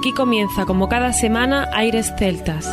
Aquí comienza, como cada semana, Aires Celtas.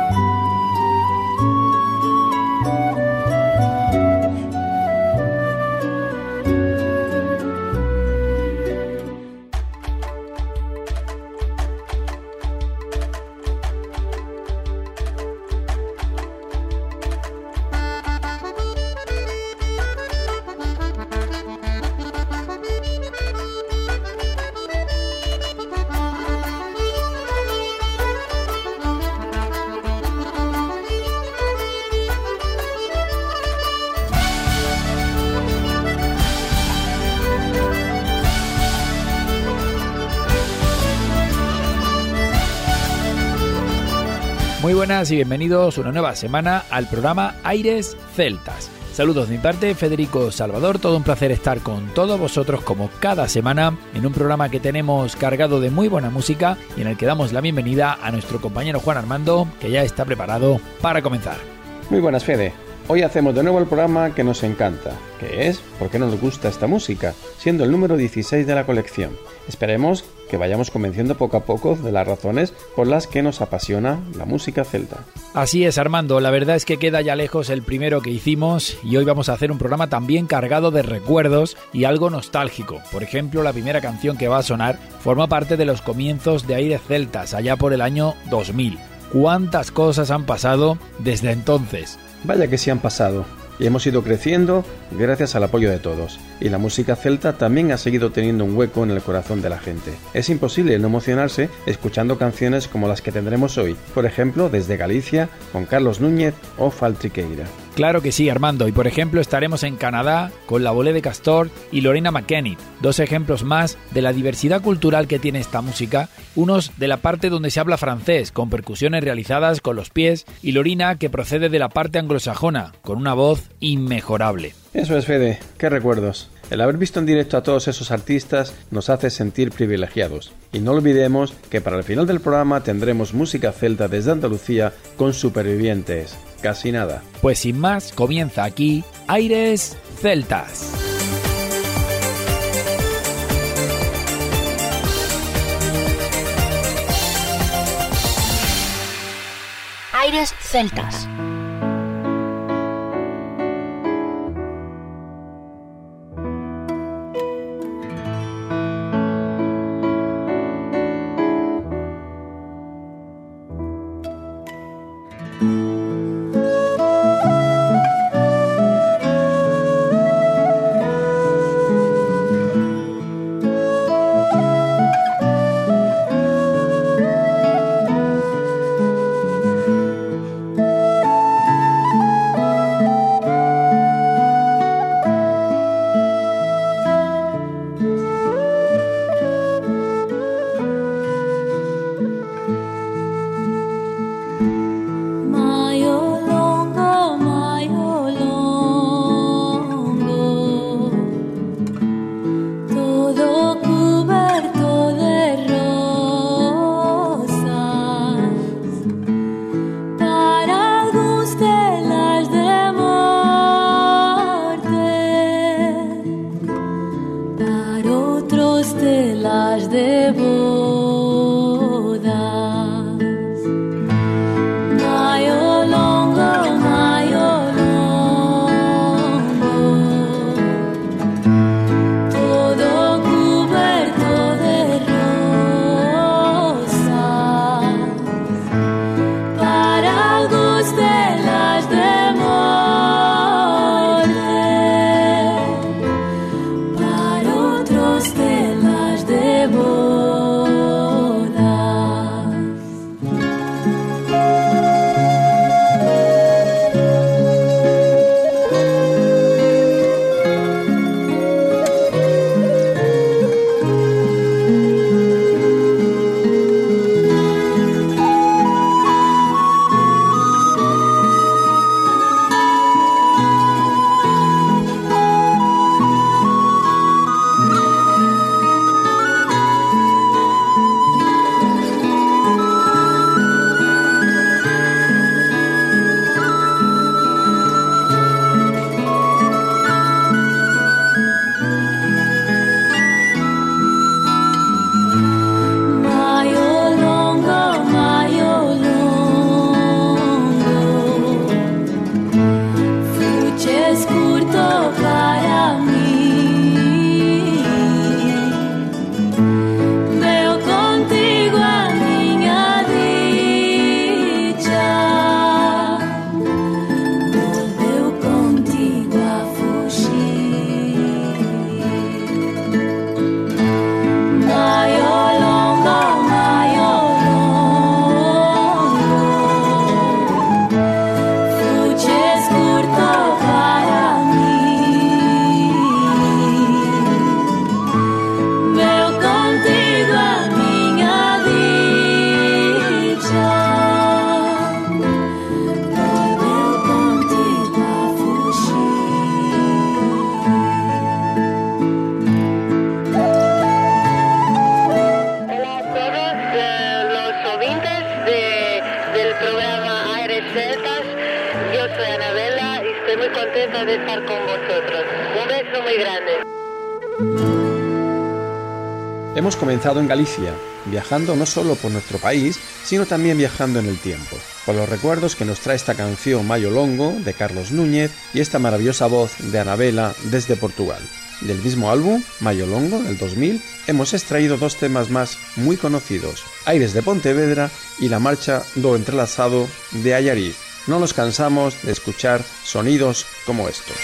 Muy buenas y bienvenidos una nueva semana al programa Aires Celtas. Saludos de mi parte, Federico Salvador, todo un placer estar con todos vosotros como cada semana en un programa que tenemos cargado de muy buena música y en el que damos la bienvenida a nuestro compañero Juan Armando, que ya está preparado para comenzar. Muy buenas, Fede. Hoy hacemos de nuevo el programa que nos encanta, que es ¿por qué nos gusta esta música?, siendo el número 16 de la colección. Esperemos que vayamos convenciendo poco a poco de las razones por las que nos apasiona la música celta. Así es, Armando, la verdad es que queda ya lejos el primero que hicimos y hoy vamos a hacer un programa también cargado de recuerdos y algo nostálgico. Por ejemplo, la primera canción que va a sonar forma parte de los comienzos de Aires Celtas, allá por el año 2000. ¿Cuántas cosas han pasado desde entonces? Vaya que sí han pasado, y hemos ido creciendo gracias al apoyo de todos, y la música celta también ha seguido teniendo un hueco en el corazón de la gente. Es imposible no emocionarse escuchando canciones como las que tendremos hoy, por ejemplo, desde Galicia, con Carlos Núñez o Faltriqueira. Claro que sí, Armando, y por ejemplo estaremos en Canadá con la Volée de Castor y Lorena McKennitt, dos ejemplos más de la diversidad cultural que tiene esta música, unos de la parte donde se habla francés, con percusiones realizadas con los pies, y Lorena que procede de la parte anglosajona, con una voz inmejorable. Eso es, Fede, qué recuerdos. El haber visto en directo a todos esos artistas nos hace sentir privilegiados. Y no olvidemos que para el final del programa tendremos música celta desde Andalucía con Supervivientes. Casi nada. Pues sin más, comienza aquí Aires Celtas. Aires Celtas. encantado de estar con vosotros. Un beso muy grande. Hemos comenzado en Galicia, viajando no solo por nuestro país, sino también viajando en el tiempo, por los recuerdos que nos trae esta canción Mayo Longo, de Carlos Núñez, y esta maravillosa voz de Anabela desde Portugal. Del mismo álbum, Mayo Longo, del 2000, hemos extraído dos temas más muy conocidos, Aires de Pontevedra y la marcha do entrelazado de Allariz. No nos cansamos de escuchar sonidos como estos.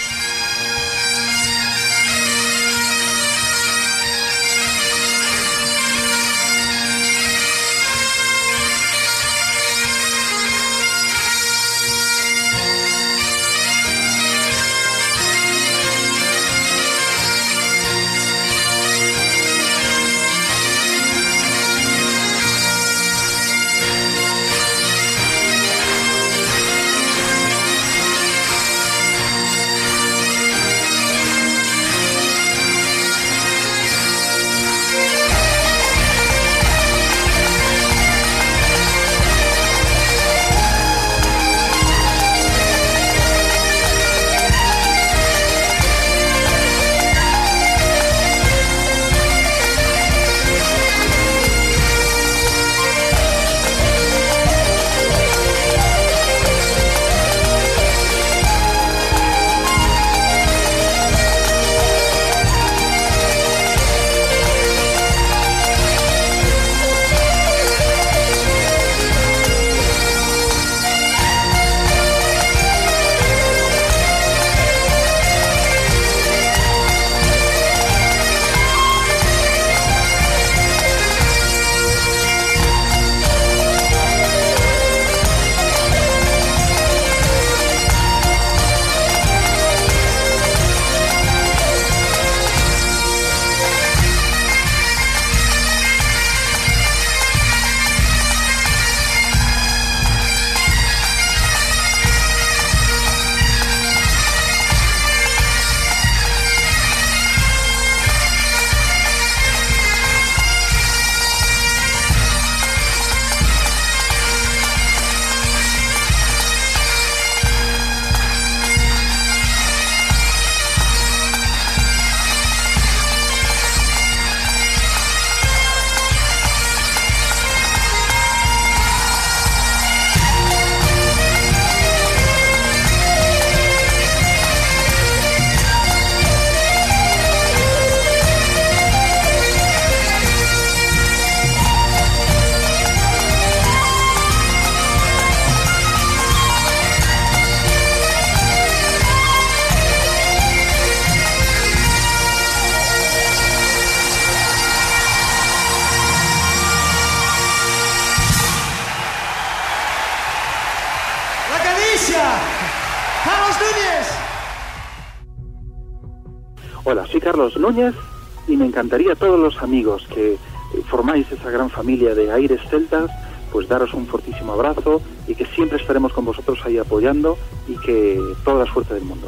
Hola, soy Carlos Núñez y me encantaría a todos los amigos que formáis esa gran familia de Aires Celtas, pues daros un fortísimo abrazo y que siempre estaremos con vosotros ahí apoyando y que toda la suerte del mundo.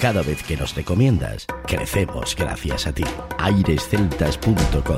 cada vez que nos recomiendas, crecemos gracias a ti. airesceltas.com.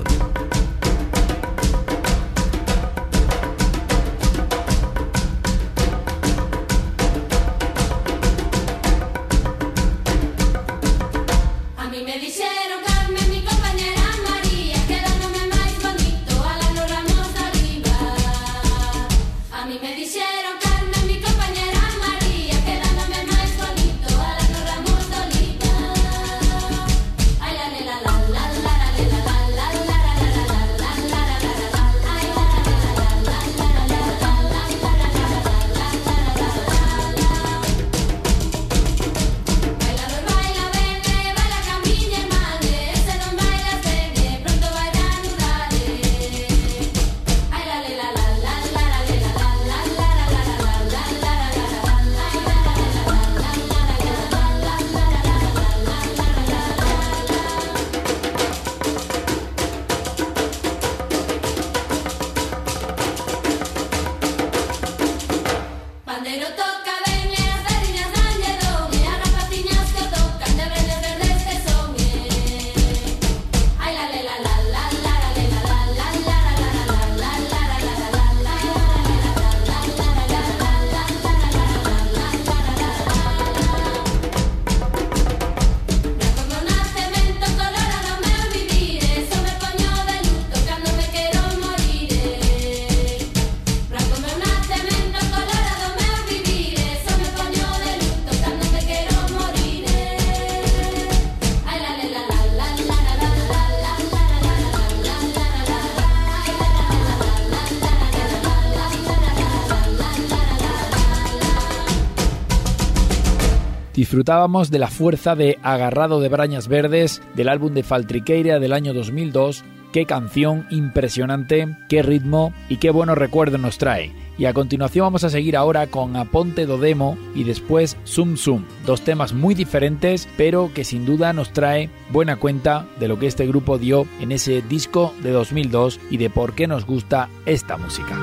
Disfrutábamos de la fuerza de Agarrado de Brañas Verdes del álbum de Faltriqueira del año 2002. Qué canción impresionante, qué ritmo y qué buenos recuerdos nos trae. Y a continuación vamos a seguir ahora con A Ponte do Demo y después Zum Zum, dos temas muy diferentes pero que sin duda nos trae buena cuenta de lo que este grupo dio en ese disco de 2002 y de por qué nos gusta esta música.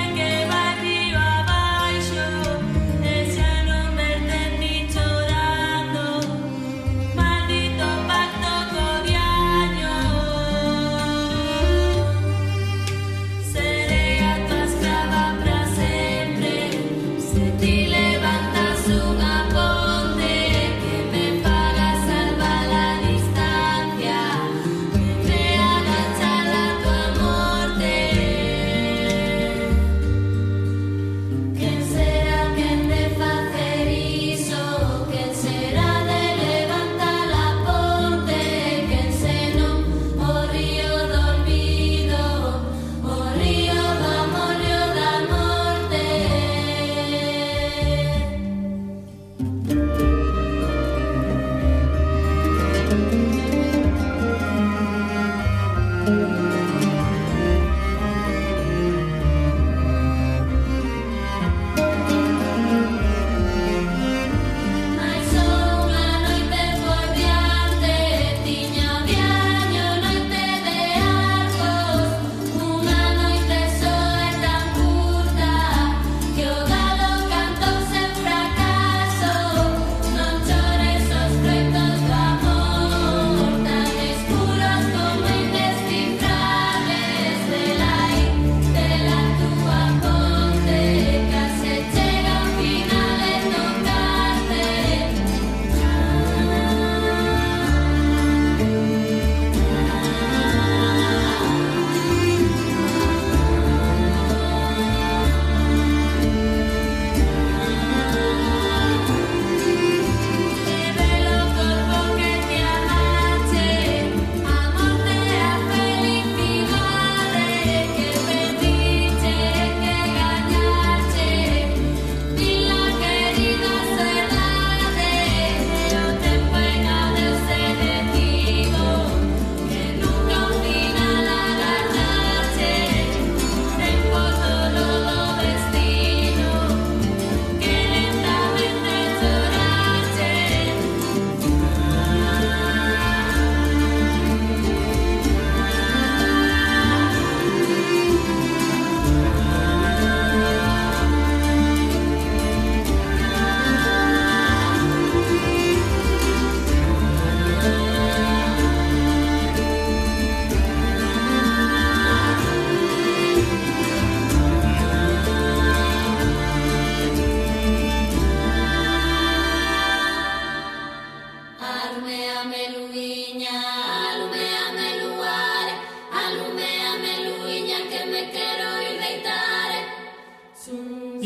Vai río abaixo, e xa non verten ni chorar.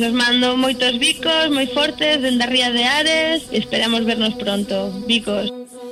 Nos mando moitos bicos moi fortes dende a ría de Ares e esperamos vernos pronto. Bicos.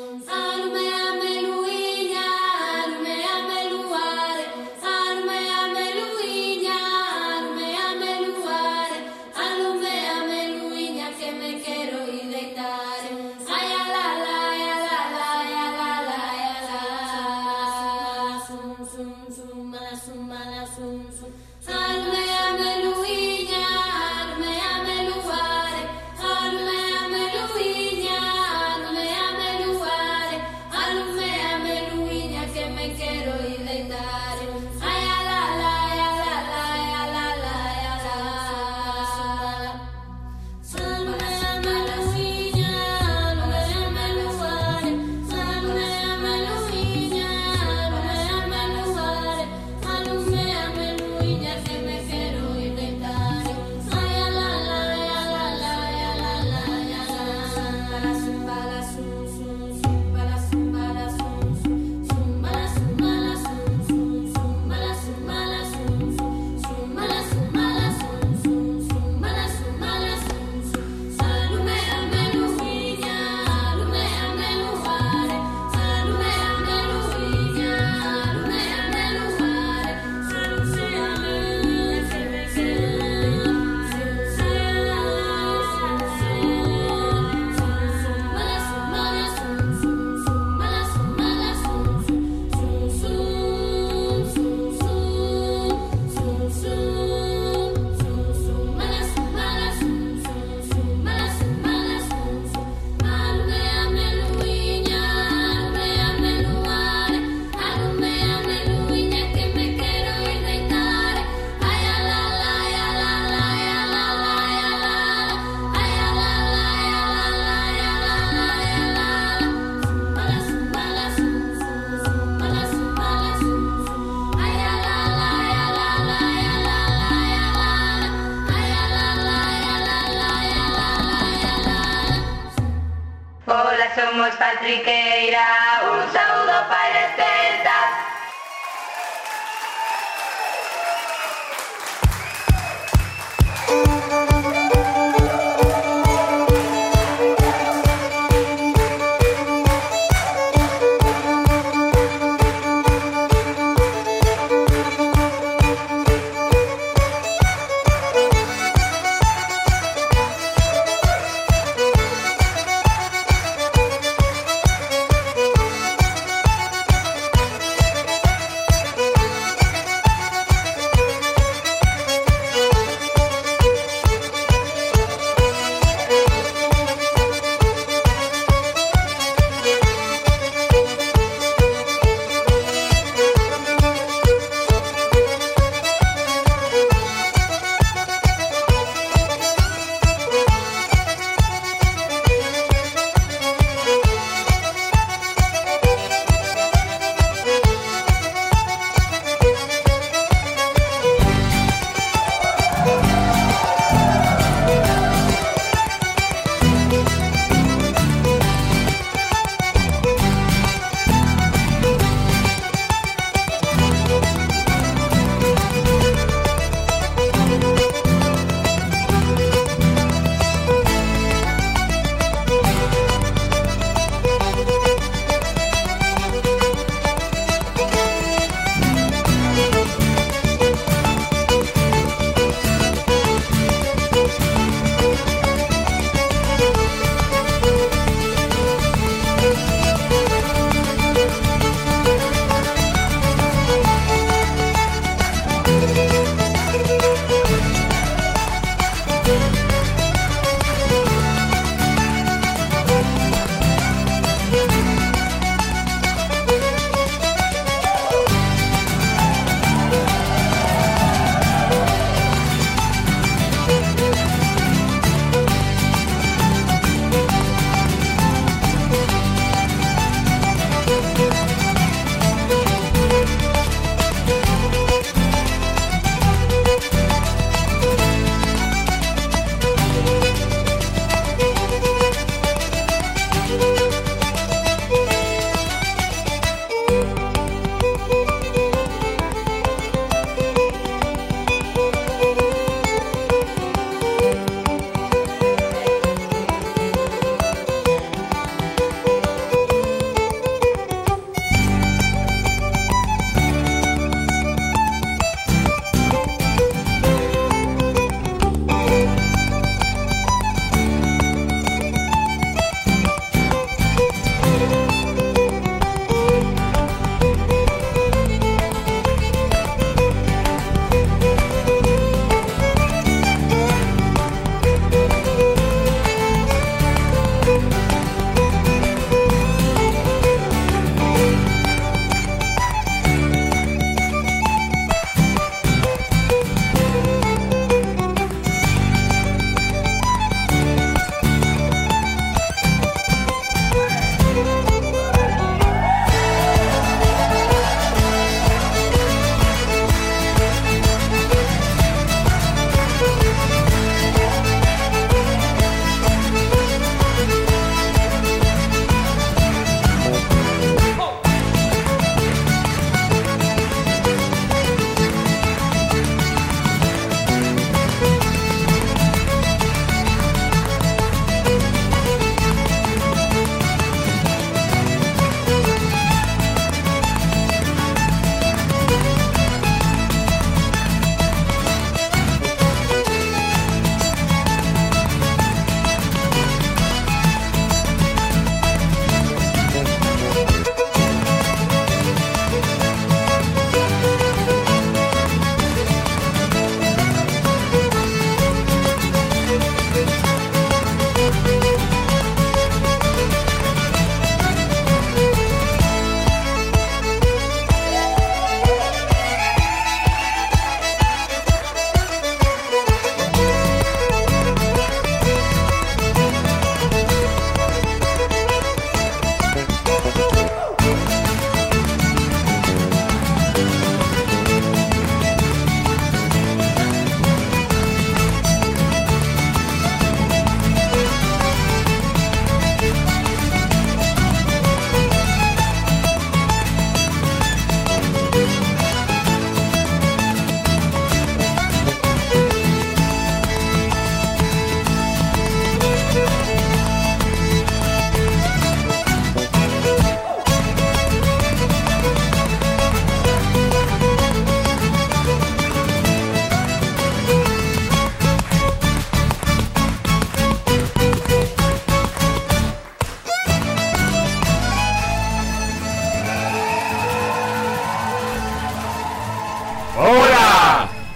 Somos Patriqueira, un saúdo para Aires Celtas.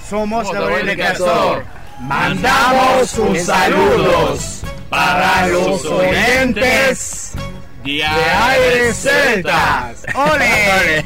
somos Laurel Castor. Mandamos un saludos para los oyentes de Aires Celtas. ¡Ole!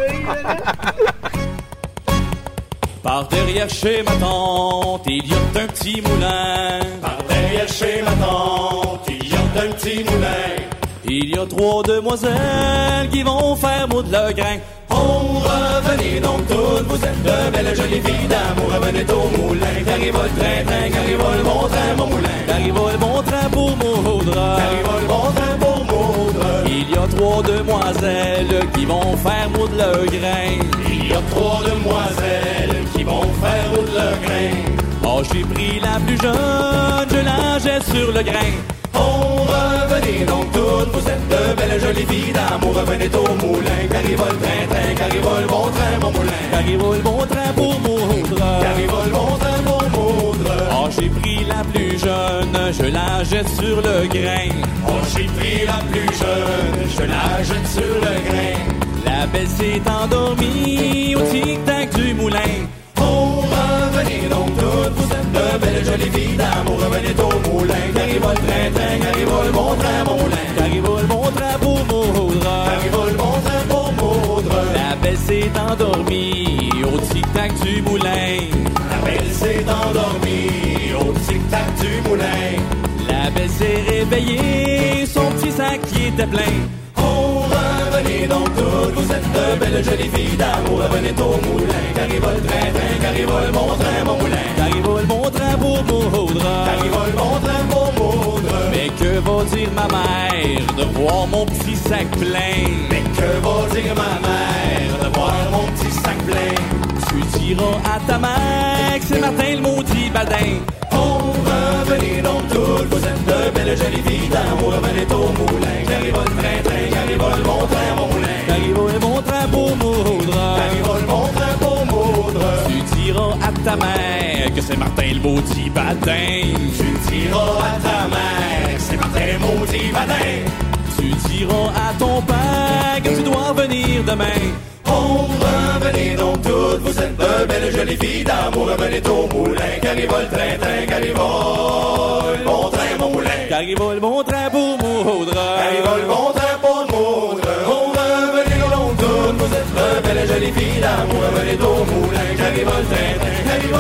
Par derrière chez ma tante, il y a un petit moulin. Par derrière chez ma tante, il y a un petit moulin. Il y a 3 demoiselles qui vont faire moudre le grain. Oh, revenez donc toutes, vous êtes de belles jolies filles d'amour. Revenez au moulin, qu'arrive le train, qu'arrive le bon train, mon moulin. Qu'arrive le bon train pour moudre, qu'arrive le bon train pour moudre. Il y a 3 demoiselles qui vont faire moudre le grain. Il y a 3 demoiselles qui vont faire moudre le grain. Oh, j'ai pris la plus jeune, je la jette sur le grain. Oh, revenez donc toutes, vous êtes de belles jolies filles d'amour. Revenez au moulin, qu'arrive le train, qu'arrive le bon train, mon moulin. Qu'arrive le bon train pour moudre, qu'arrive le bon train pour moudre. Oh, j'ai pris la plus jeune, je la jette sur le grain. Oh, j'ai pris la plus jeune, je la jette sur le grain. La belle s'est endormie au tic-tac du moulin. Oh, revenez donc toutes, vous êtes de belles jolies filles d'amour. Revenez au moulin, qu'arrive le train, qu'arrive le bon train, mon moulin. Qu'arrive le bon train pour moudre, qu'arrive le bon train pour moudre. La belle s'est endormie au tic-tac du moulin. La belle s'est endormie au tic-tac du moulin. La belle s'est réveillée, son petit sac qui était plein. Oh, revenez donc toutes, vous êtes de belles jolies filles d'amour. Revenez au moulin, qu'arrive le train, qu'arrive le bon train, mon moulin. Qu'arrive le bon train pour moudre, qu'arrive le bon train pour moudre. Mais que va dire ma mère de voir mon petit sac plein? Mais que va dire ma mère de voir mon petit sac plein? Tu diras à ta mère que c'est Martin le maudit badin. Oh, revenez donc toutes, vous êtes de belles jolies filles d'amour. Revenez au moulin, qu'arrive le train, qu'arrive le bon train, mon moulin. Qu'arrive le bon train pour moudre, qu'arrive le bon train pour moudre. Tu diras à ta mère que c'est Martin le maudit badin. Tu diras à ta mère que c'est Martin le maudit badin. Tu diras à ton père que tu dois venir demain. Oh, revenez donc toutes, vous êtes de belles jolies filles d'amour. Revenez au moulin, qu'arrive le train, qu'arrive le bon train, mon moulin. Qu'arrive le bon train pour moudre, qu'arrive le bon train pour moudre. Oh, revenez donc toutes, vous êtes de belles jolies filles d'amour. Revenez au moulin, qu'arrive le train, qu'arrive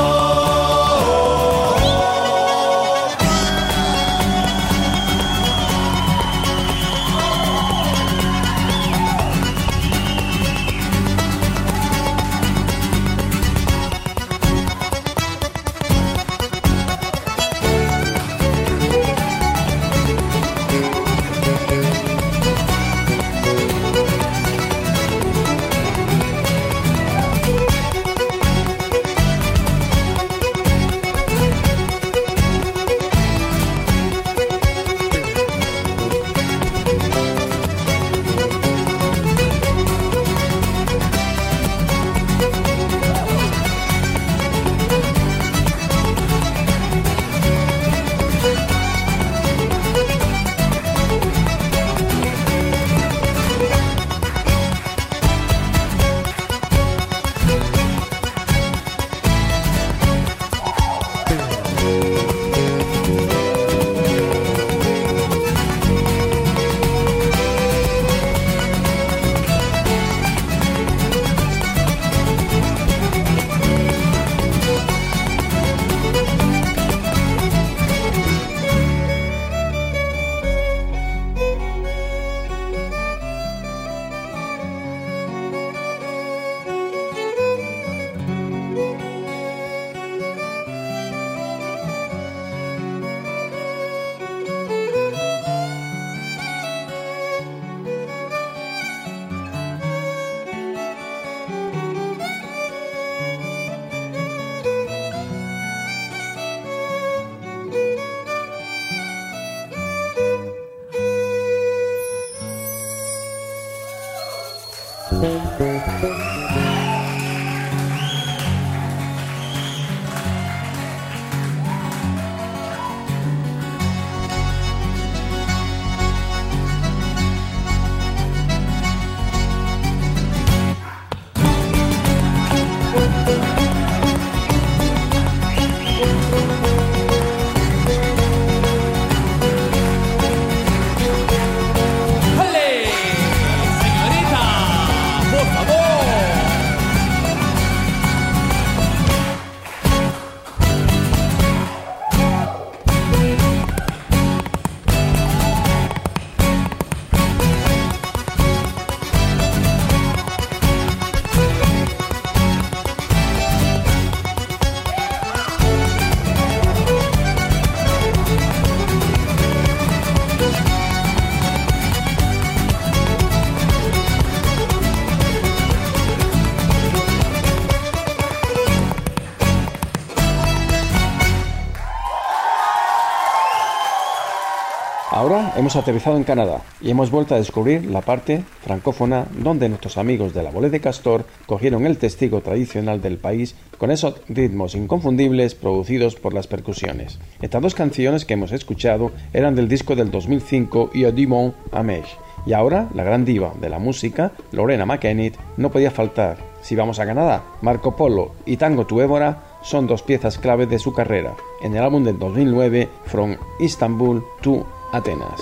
Ahora hemos aterrizado en Canadá y hemos vuelto a descubrir la parte francófona donde nuestros amigos de la Bolée de Castor cogieron el testigo tradicional del país con esos ritmos inconfundibles producidos por las percusiones. Estas dos canciones que hemos escuchado eran del disco del 2005 Y du Mont Amège. Y ahora la gran diva de la música, Lorena McKennitt, no podía faltar. Si vamos a Canadá, Marco Polo y Tango to Évora son dos piezas clave de su carrera, en el álbum del 2009 From Istanbul to Atenas.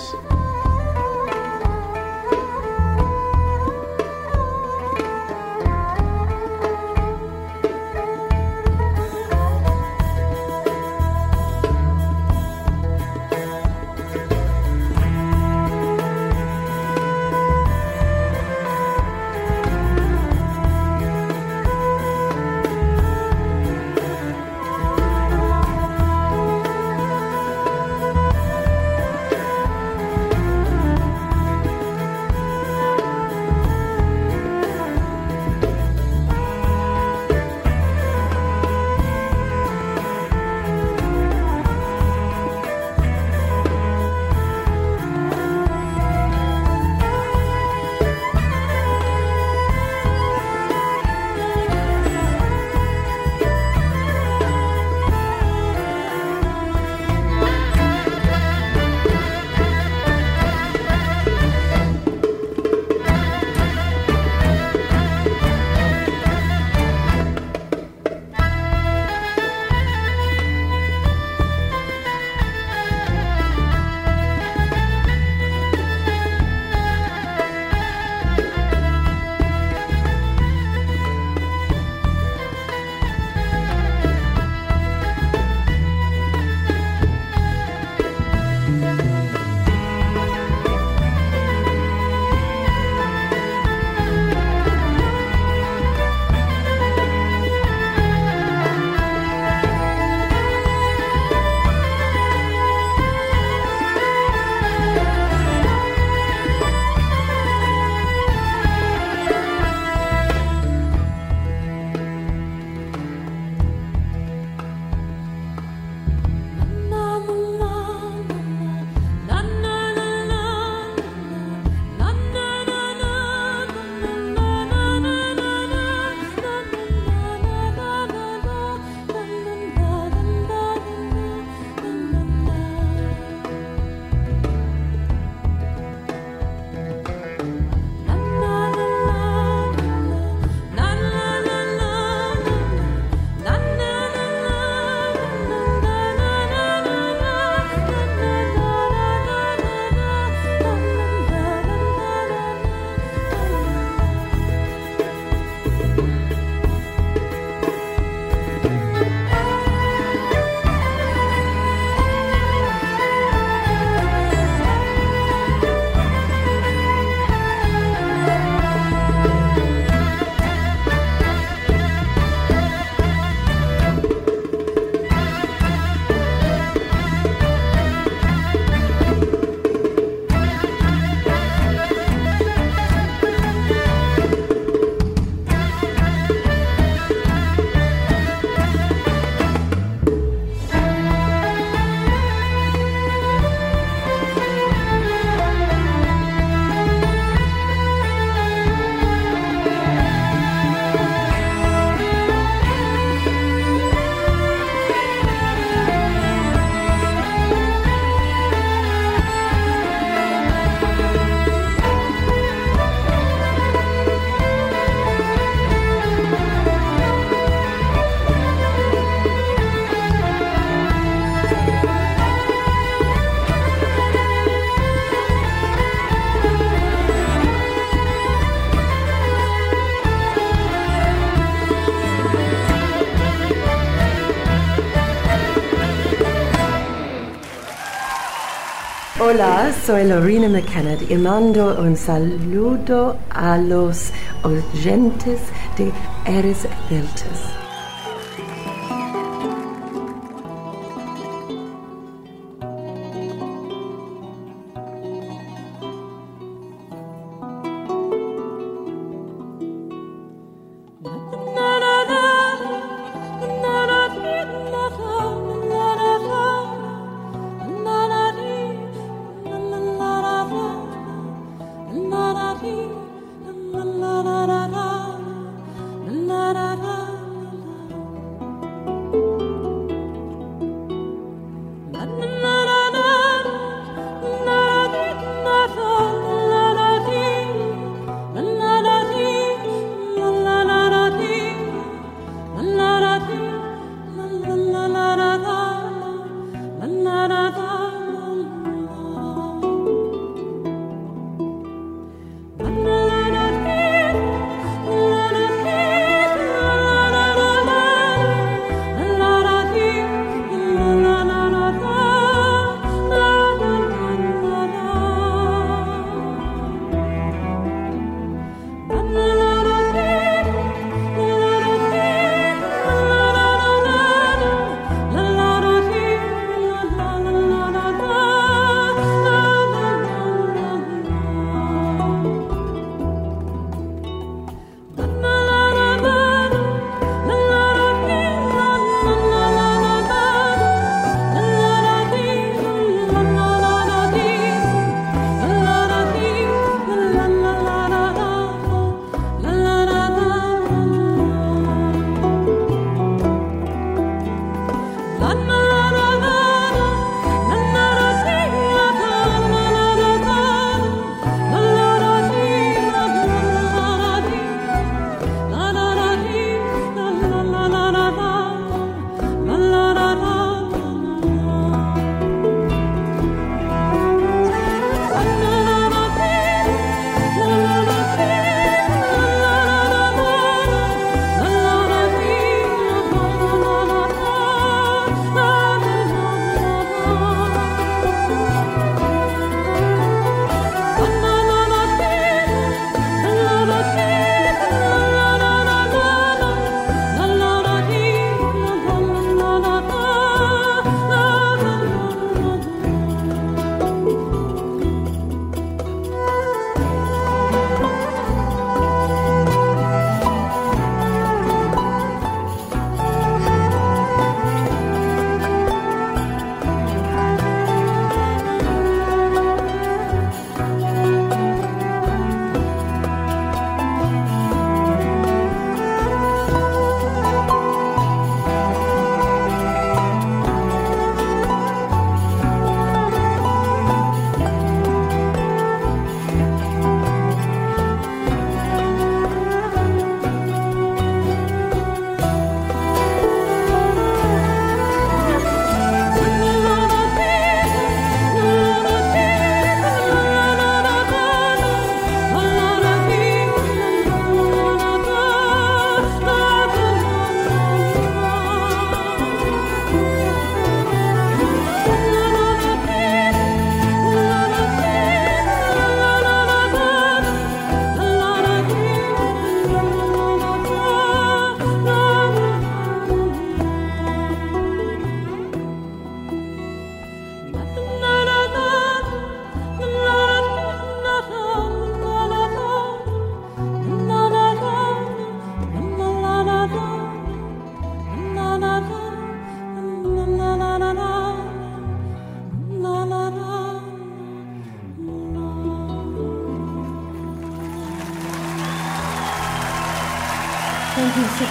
Hola, soy Lorena McKennitt y mando un saludo a los oyentes de Aires Celtas.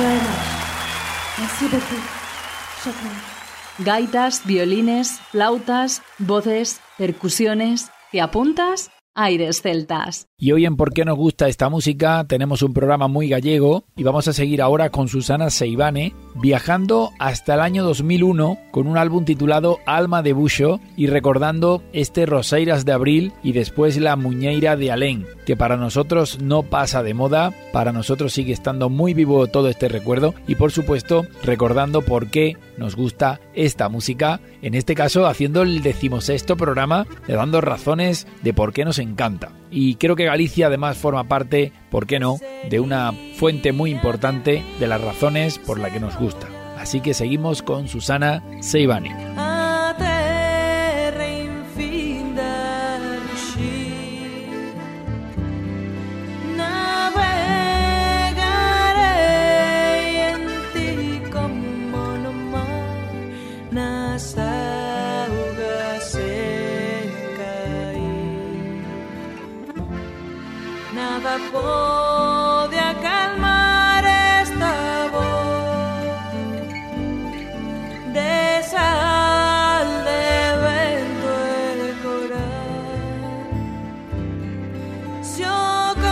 very much. Merci beaucoup. Chacun. Gaitas, violines, flautas, voces, percusiones. ¿Te apuntas? Aires Celtas. Y hoy en ¿Por qué nos gusta esta música? Tenemos un programa muy gallego y vamos a seguir ahora con Susana Seivane viajando hasta el año 2001 con un álbum titulado Alma de Buxo y recordando este Roseiras de Abril y después La Muñeira de Alén, que para nosotros no pasa de moda, para nosotros sigue estando muy vivo todo este recuerdo y por supuesto recordando por qué nos gusta esta música, en este caso haciendo el 16º programa, dando razones de por qué nos encanta. Y creo que Galicia además forma parte, ¿por qué no?, de una fuente muy importante de las razones por las que nos gusta. Así que seguimos con Susana Seivane. Nada puede acalmar esta voz de sal de vento el coral. Si o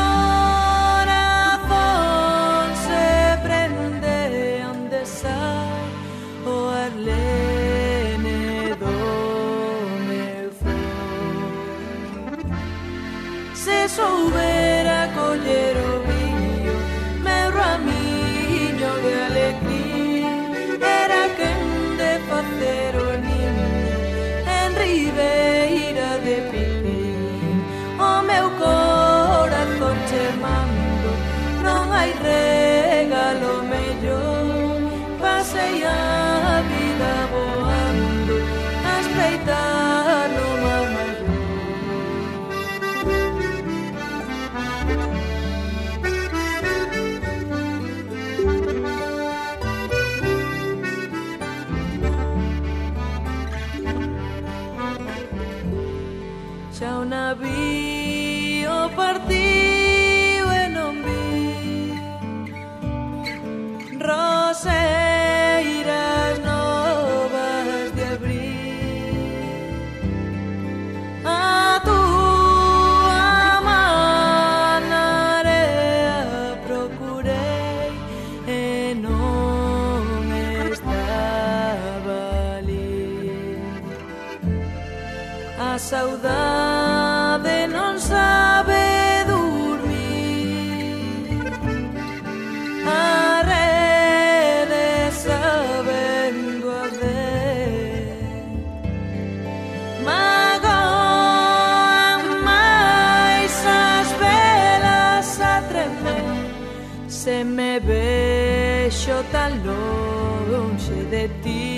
corazón se prende ande sal o arlene do meu flor. Se soubera coller o viño, meu ramiño de alecrim, era quen de facer o niño en ribeira de Pipín. O meu corazón che mando, non hai regalo mellor. Pasei a vida voando, a espreitar no mar maior. Xa o navío partiu e non vi roseiras novas de abril. A túa man na area procurei e non estaba ali. A saudade non sabe dormir, a rede sabendo arder, magoan máis as velas a tremer, se me vexo tan lonxe de ti.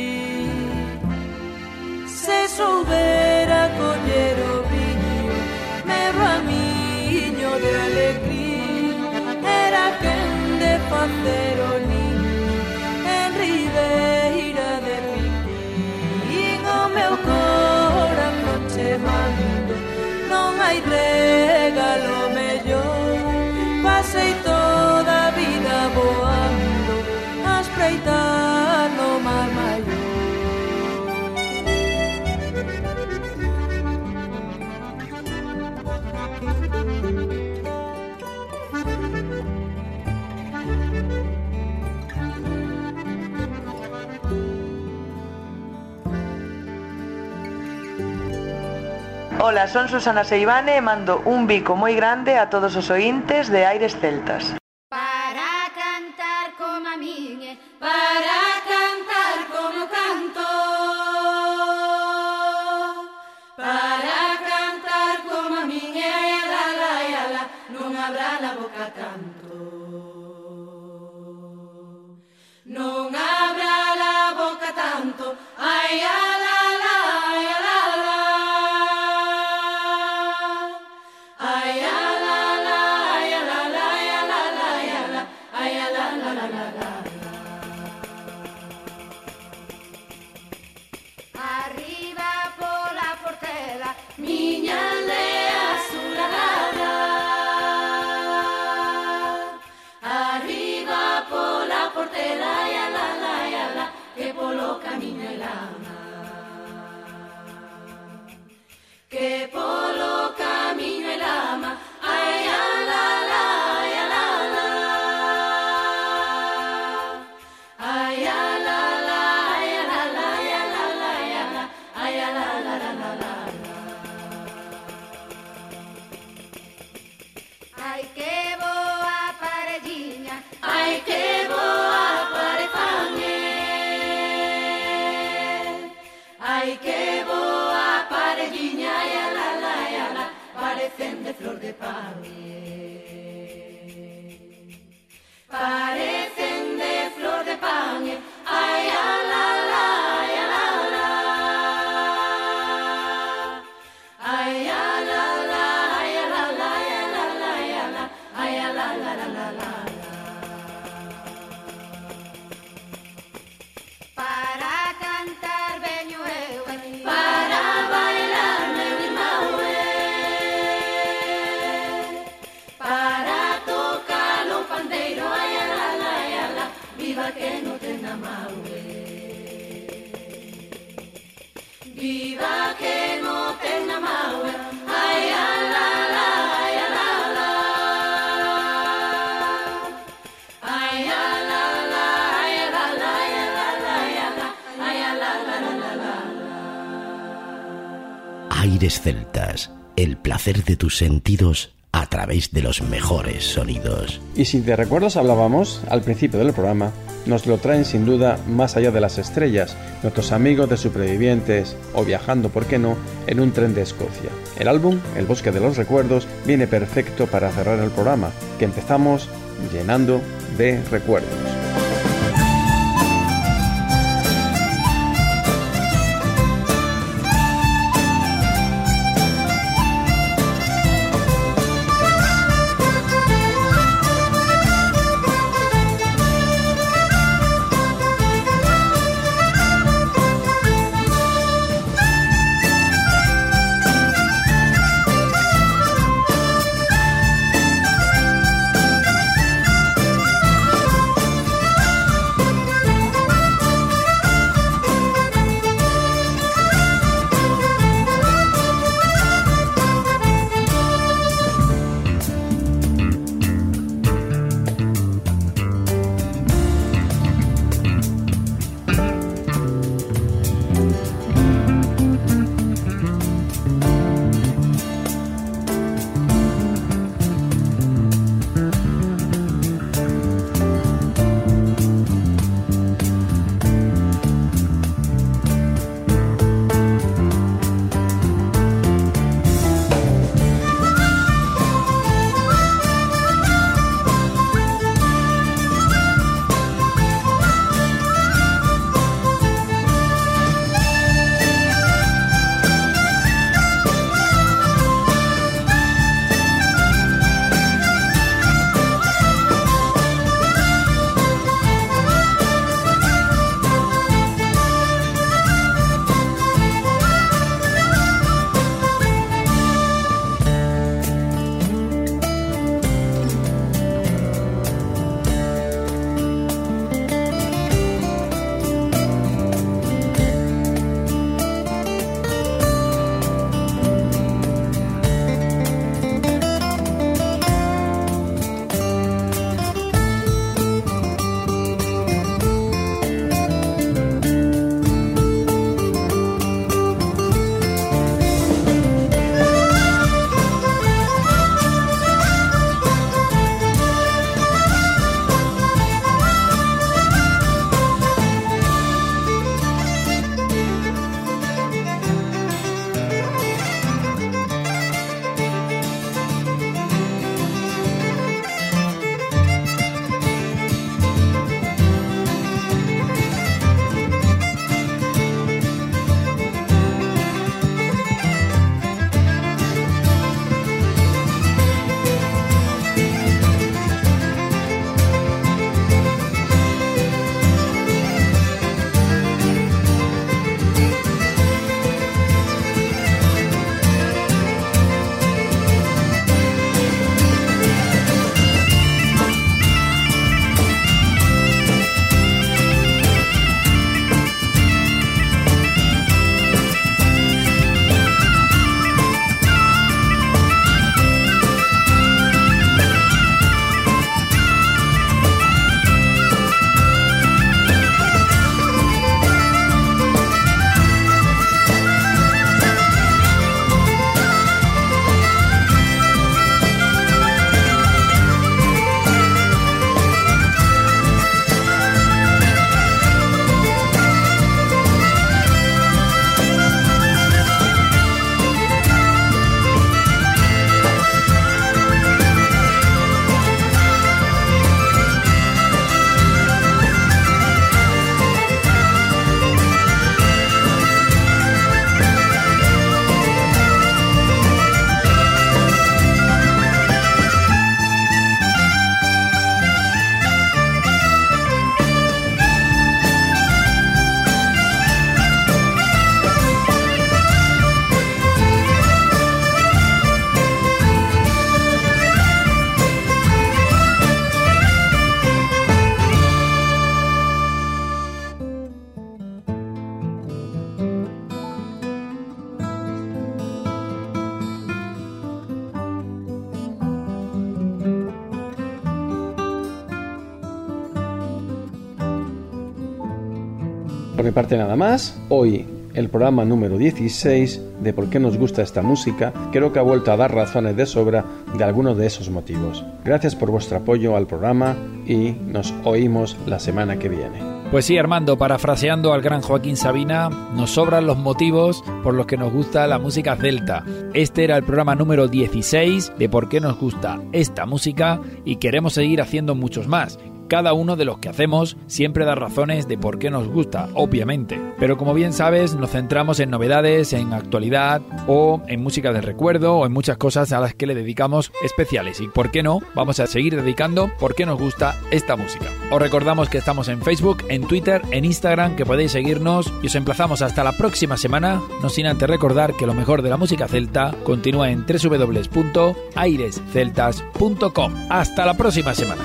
Se soubera coller o viño, meu ramiño de alecrim, era quen de facer o niño en ribeira de Pipín. O meu corazón che mando, non hai regalo mellor. Pasei toda a vida voando, a espreitar no mar maior. Hola, son Susana Seivane e mando un bico moi grande a todos os ointes de Aires Celtas. Para cantar como a miña, para cantar como canto, para cantar como a miña, ala, non abra la boca tanto, non abra la boca tanto, ai, ala. La Ai que boa parelliña, ai ala, parecen de flor de pan. Parecen de flor de pan, ay ala, ay ala, ay ala, ay ala, ay ala, la. Para cantar veño eu, para bailar meu irmão para tocar o pandeiro, ai ala, viva que non ten a mau viva que non ten a mau ai ala, ai ala, ai ala, ai ala, ai ala, Aires Celtas, el placer de tus sentidos a través de los mejores sonidos. Y si de recuerdos hablábamos al principio del programa, nos lo traen sin duda Más allá de las estrellas, nuestros amigos de Supervivientes o viajando, por qué no, en un tren de Escocia. El álbum, El bosque de los recuerdos, viene perfecto para cerrar el programa, que empezamos llenando de recuerdos. Por mi parte nada más. Hoy el programa número 16 de por qué nos gusta esta música creo que ha vuelto a dar razones de sobra de algunos de esos motivos. Gracias por vuestro apoyo al programa y nos oímos la semana que viene. Pues sí, Armando, parafraseando al gran Joaquín Sabina, nos sobran los motivos por los que nos gusta la música celta. Este era el programa número 16 de por qué nos gusta esta música y queremos seguir haciendo muchos más. Cada uno de los que hacemos siempre da razones de por qué nos gusta, obviamente. Pero como bien sabes, nos centramos en novedades, en actualidad o en música de recuerdo o en muchas cosas a las que le dedicamos especiales. Y por qué no, vamos a seguir dedicando por qué nos gusta esta música. Os recordamos que estamos en Facebook, en Twitter, en Instagram, que podéis seguirnos y os emplazamos hasta la próxima semana, no sin antes recordar que lo mejor de la música celta continúa en www.airesceltas.com. Hasta la próxima semana.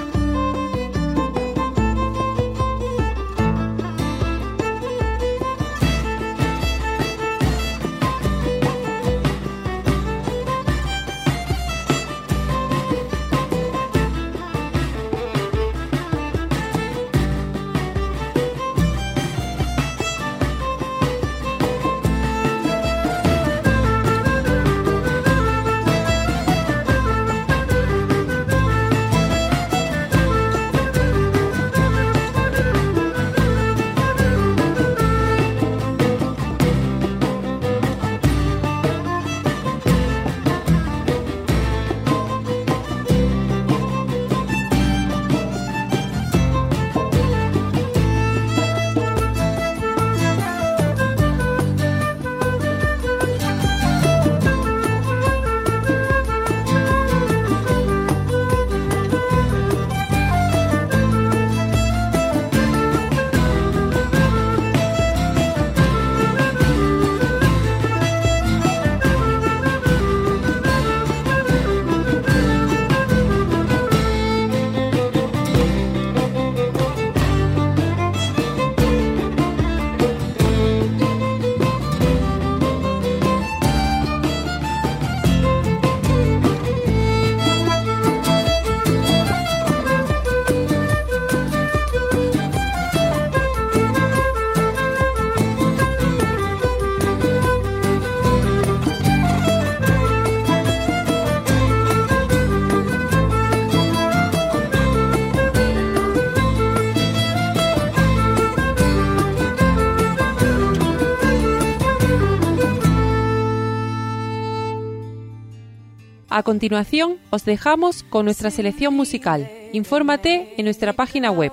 A continuación, os dejamos con nuestra selección musical. Infórmate en nuestra página web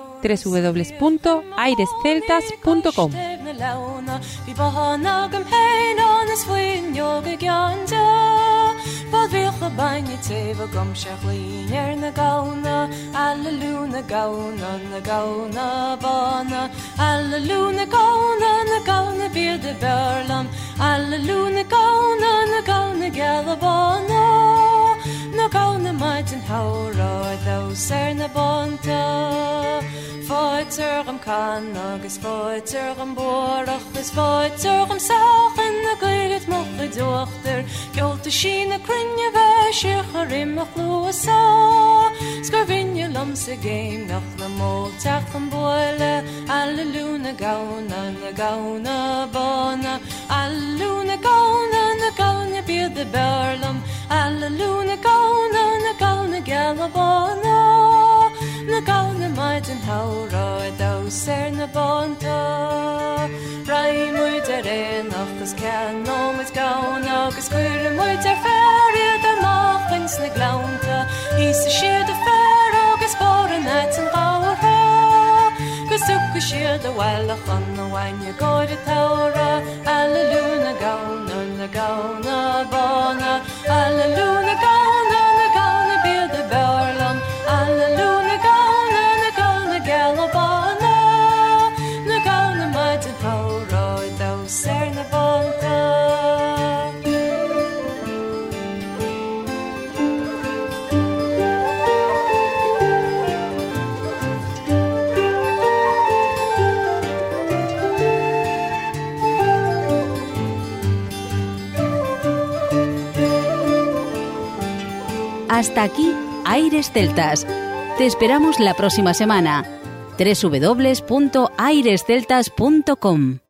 www.airesceltas.com. No gauna maidin haura dó ser na bonta. Fáitir am can agus fáitir am borach is fáitir am sachan na gaiad moch a dochter. Golta sin na crinne bheith a rimach luasa. Scarvinne lum sa game nach na molteach am boile. Alla luna gauna bana. Alla luna gauna beard the berlum. Alla luna gauna galabana. Na gauna maidin haura dó ser na bonta. Rai muidir achas cean nóid gauna agus cuir muidir ferir amachins na glaunta. Ís a siad a fer agus bor a net an gaura. Gus uca siad a bhheilach an na bhaine góir a taura. Alla luna gauna bana. Alla luna gauna beard the berlum. Alla luna gauna galabana. Na gauna maidin haura dó ser na bonta. Hasta aquí, Aires Celtas. Te esperamos la próxima semana. www.airesceltas.com.